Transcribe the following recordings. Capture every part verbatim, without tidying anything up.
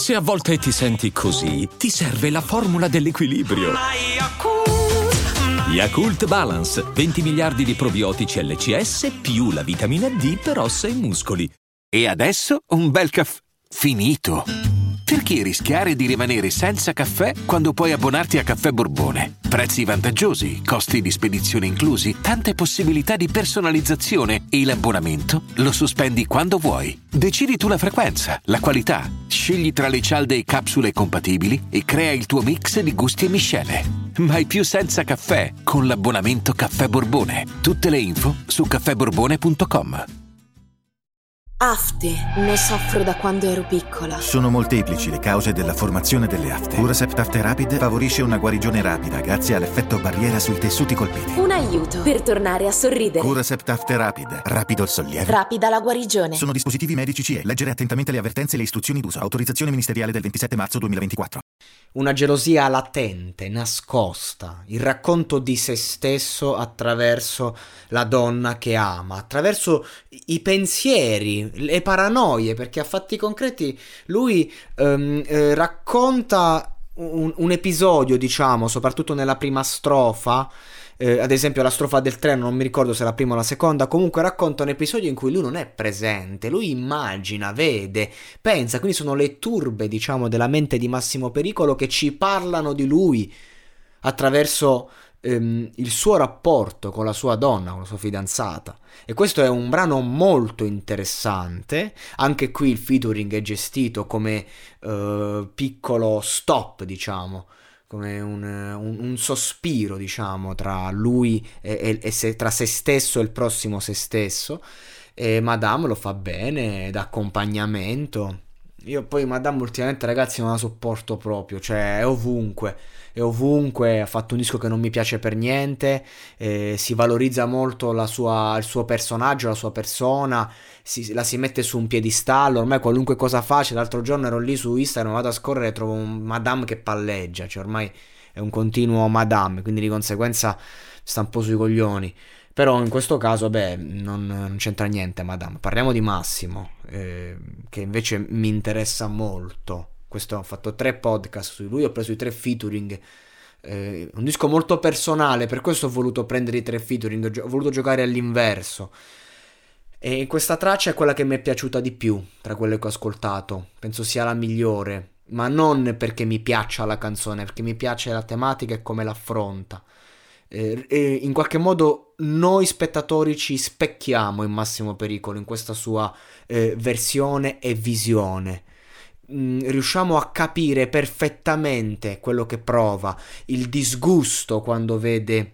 Se a volte ti senti così, ti serve la formula dell'equilibrio. Yakult Balance, venti miliardi di probiotici L C S più la vitamina D per ossa e muscoli. E adesso un bel caffè finito. Perché rischiare di rimanere senza caffè quando puoi abbonarti a Caffè Borbone? Prezzi vantaggiosi, costi di spedizione inclusi, tante possibilità di personalizzazione e l'abbonamento lo sospendi quando vuoi. Decidi tu la frequenza, la qualità, scegli tra le cialde e capsule compatibili e crea il tuo mix di gusti e miscele. Mai più senza caffè con l'abbonamento Caffè Borbone. Tutte le info su caffè borbone punto com. Afte. Ne soffro da quando ero piccola. Sono molteplici le cause della formazione delle afte. Curacept Afte Rapid favorisce una guarigione rapida grazie all'effetto barriera sui tessuti colpiti. Un aiuto per tornare a sorridere. Curacept Afte Rapid. Rapido il sollievo. Rapida la guarigione. Sono dispositivi medici C E. Leggere attentamente le avvertenze e le istruzioni d'uso. Autorizzazione ministeriale del ventisette marzo duemilaventiquattro. Una gelosia latente, nascosta, il racconto di se stesso attraverso la donna che ama, attraverso i pensieri, le paranoie, perché a fatti concreti lui ehm, eh, racconta un, un episodio, diciamo, soprattutto nella prima strofa. Eh, ad esempio la strofa del treno, non mi ricordo se è la prima o la seconda, comunque racconta un episodio in cui lui non è presente, lui immagina, vede, pensa, quindi sono le turbe, diciamo, della mente di Massimo Pericolo che ci parlano di lui attraverso ehm, il suo rapporto con la sua donna, con la sua fidanzata. E questo è un brano molto interessante, anche qui il featuring è gestito come eh, piccolo stop, diciamo, come un, un, un sospiro, diciamo, tra lui e, e, e se, tra se stesso e il prossimo se stesso. E Madame lo fa bene, d'accompagnamento. Io poi Madame ultimamente, ragazzi, non la sopporto proprio, cioè è ovunque, è ovunque, ha fatto un disco che non mi piace per niente, eh, si valorizza molto la sua, il suo personaggio, la sua persona, si, la si mette su un piedistallo, ormai qualunque cosa faccia. L'altro giorno ero lì su Instagram, vado a scorrere e trovo un Madame che palleggia, cioè ormai è un continuo Madame, quindi di conseguenza sta un po' sui coglioni. Però in questo caso, beh, non, non c'entra niente Madame. Parliamo di Massimo, eh, che invece mi interessa molto. Questo, ho fatto tre podcast su lui, ho preso i tre featuring. Eh, un disco molto personale, per questo ho voluto prendere i tre featuring, ho voluto giocare all'inverso. E questa traccia è quella che mi è piaciuta di più tra quelle che ho ascoltato. Penso sia la migliore, ma non perché mi piaccia la canzone, perché mi piace la tematica e come l'affronta. Eh, e in qualche modo noi spettatori ci specchiamo in Massimo Pericolo, in questa sua eh, versione e visione. Mm, riusciamo a capire perfettamente quello che prova, il disgusto quando vede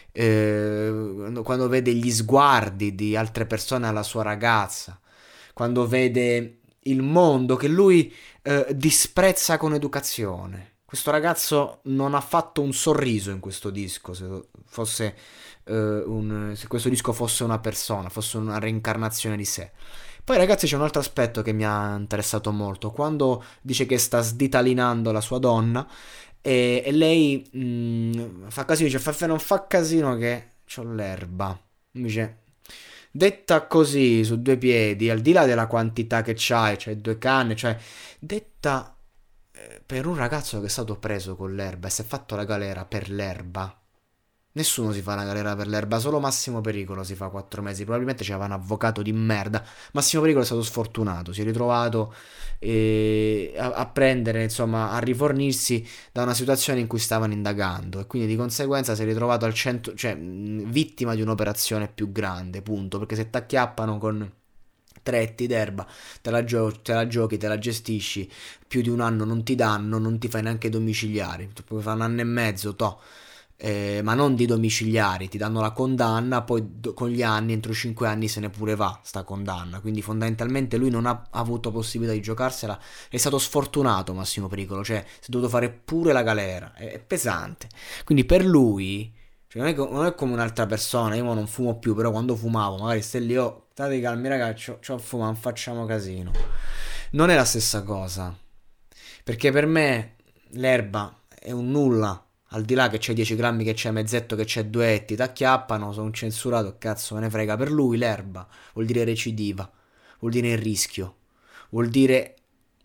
eh, quando vede gli sguardi di altre persone alla sua ragazza, quando vede il mondo che lui eh, disprezza con educazione. Questo ragazzo non ha fatto un sorriso in questo disco, se fosse uh, un, se questo disco fosse una persona, fosse una reincarnazione di sé. Poi ragazzi c'è un altro aspetto che mi ha interessato molto, quando dice che sta sditalinando la sua donna e, e lei mh, fa casino, dice Faffe non fa casino che c'ho l'erba, dice, detta così su due piedi, al di là della quantità che c'hai, cioè due canne, cioè detta per un ragazzo che è stato preso con l'erba e si è fatto la galera per l'erba. Nessuno si fa la galera per l'erba, solo Massimo Pericolo si fa quattro mesi. Probabilmente c'era un avvocato di merda. Massimo Pericolo è stato sfortunato, si è ritrovato eh, a, a prendere, insomma, a rifornirsi da una situazione in cui stavano indagando e quindi di conseguenza si è ritrovato al centro, cioè mh, vittima di un'operazione più grande, punto, perché se t'acchiappano con tretti d'erba, te la, gio- te la giochi, te la gestisci, più di un anno non ti danno, non ti fai neanche domiciliari, tu puoi fare un anno e mezzo, toh, eh, ma non di domiciliari, ti danno la condanna, poi do- con gli anni, entro cinque anni se ne pure va sta condanna, quindi fondamentalmente lui non ha avuto possibilità di giocarsela, è stato sfortunato Massimo Pericolo, cioè si è dovuto fare pure la galera, è, è pesante, quindi per lui... Cioè non, è, non è come un'altra persona, io non fumo più, però quando fumavo magari stai lì, oh, state calmi ragazzi, c'ho fumato, non facciamo casino. Non è la stessa cosa, perché per me l'erba è un nulla, al di là che c'è dieci grammi, che c'è mezzetto, che c'è duetti, t'acchiappano, sono un censurato, cazzo me ne frega. Per lui l'erba vuol dire recidiva, vuol dire il rischio, vuol dire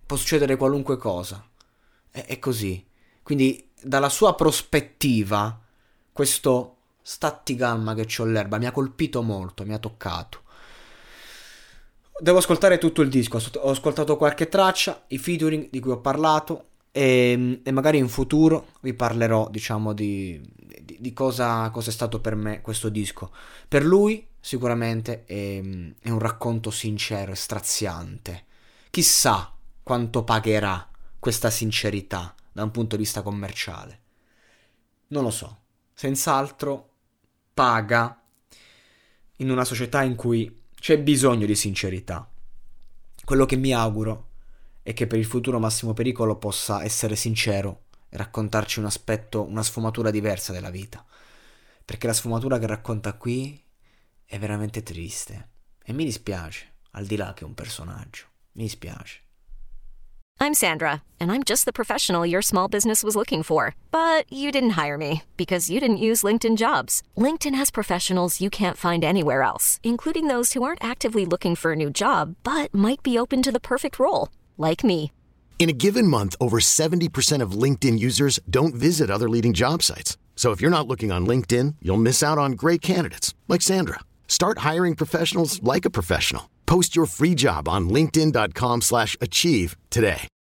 può succedere qualunque cosa. È, è così. Quindi dalla sua prospettiva questo statti calma che c'ho l'erba mi ha colpito molto, mi ha toccato. Devo ascoltare tutto il disco, ho ascoltato qualche traccia, i featuring di cui ho parlato e, e magari in futuro vi parlerò, diciamo, di, di, di cosa, cosa è stato per me questo disco. Per lui sicuramente è, è un racconto sincero e straziante. Chissà quanto pagherà questa sincerità da un punto di vista commerciale. Non lo so, senz'altro paga in una società in cui c'è bisogno di sincerità. Quello che mi auguro è che per il futuro Massimo Pericolo possa essere sincero e raccontarci un aspetto, una sfumatura diversa della vita. Perché la sfumatura che racconta qui è veramente triste. E mi dispiace, al di là che è un personaggio. Mi dispiace. I'm Sandra, and I'm just the professional your small business was looking for. But you didn't hire me because you didn't use LinkedIn Jobs. LinkedIn has professionals you can't find anywhere else, including those who aren't actively looking for a new job, but might be open to the perfect role, like me. In a given month, over seventy percent of LinkedIn users don't visit other leading job sites. So if you're not looking on LinkedIn, you'll miss out on great candidates, like Sandra. Start hiring professionals like a professional. Post your free job on linkedin.com slash achieve today.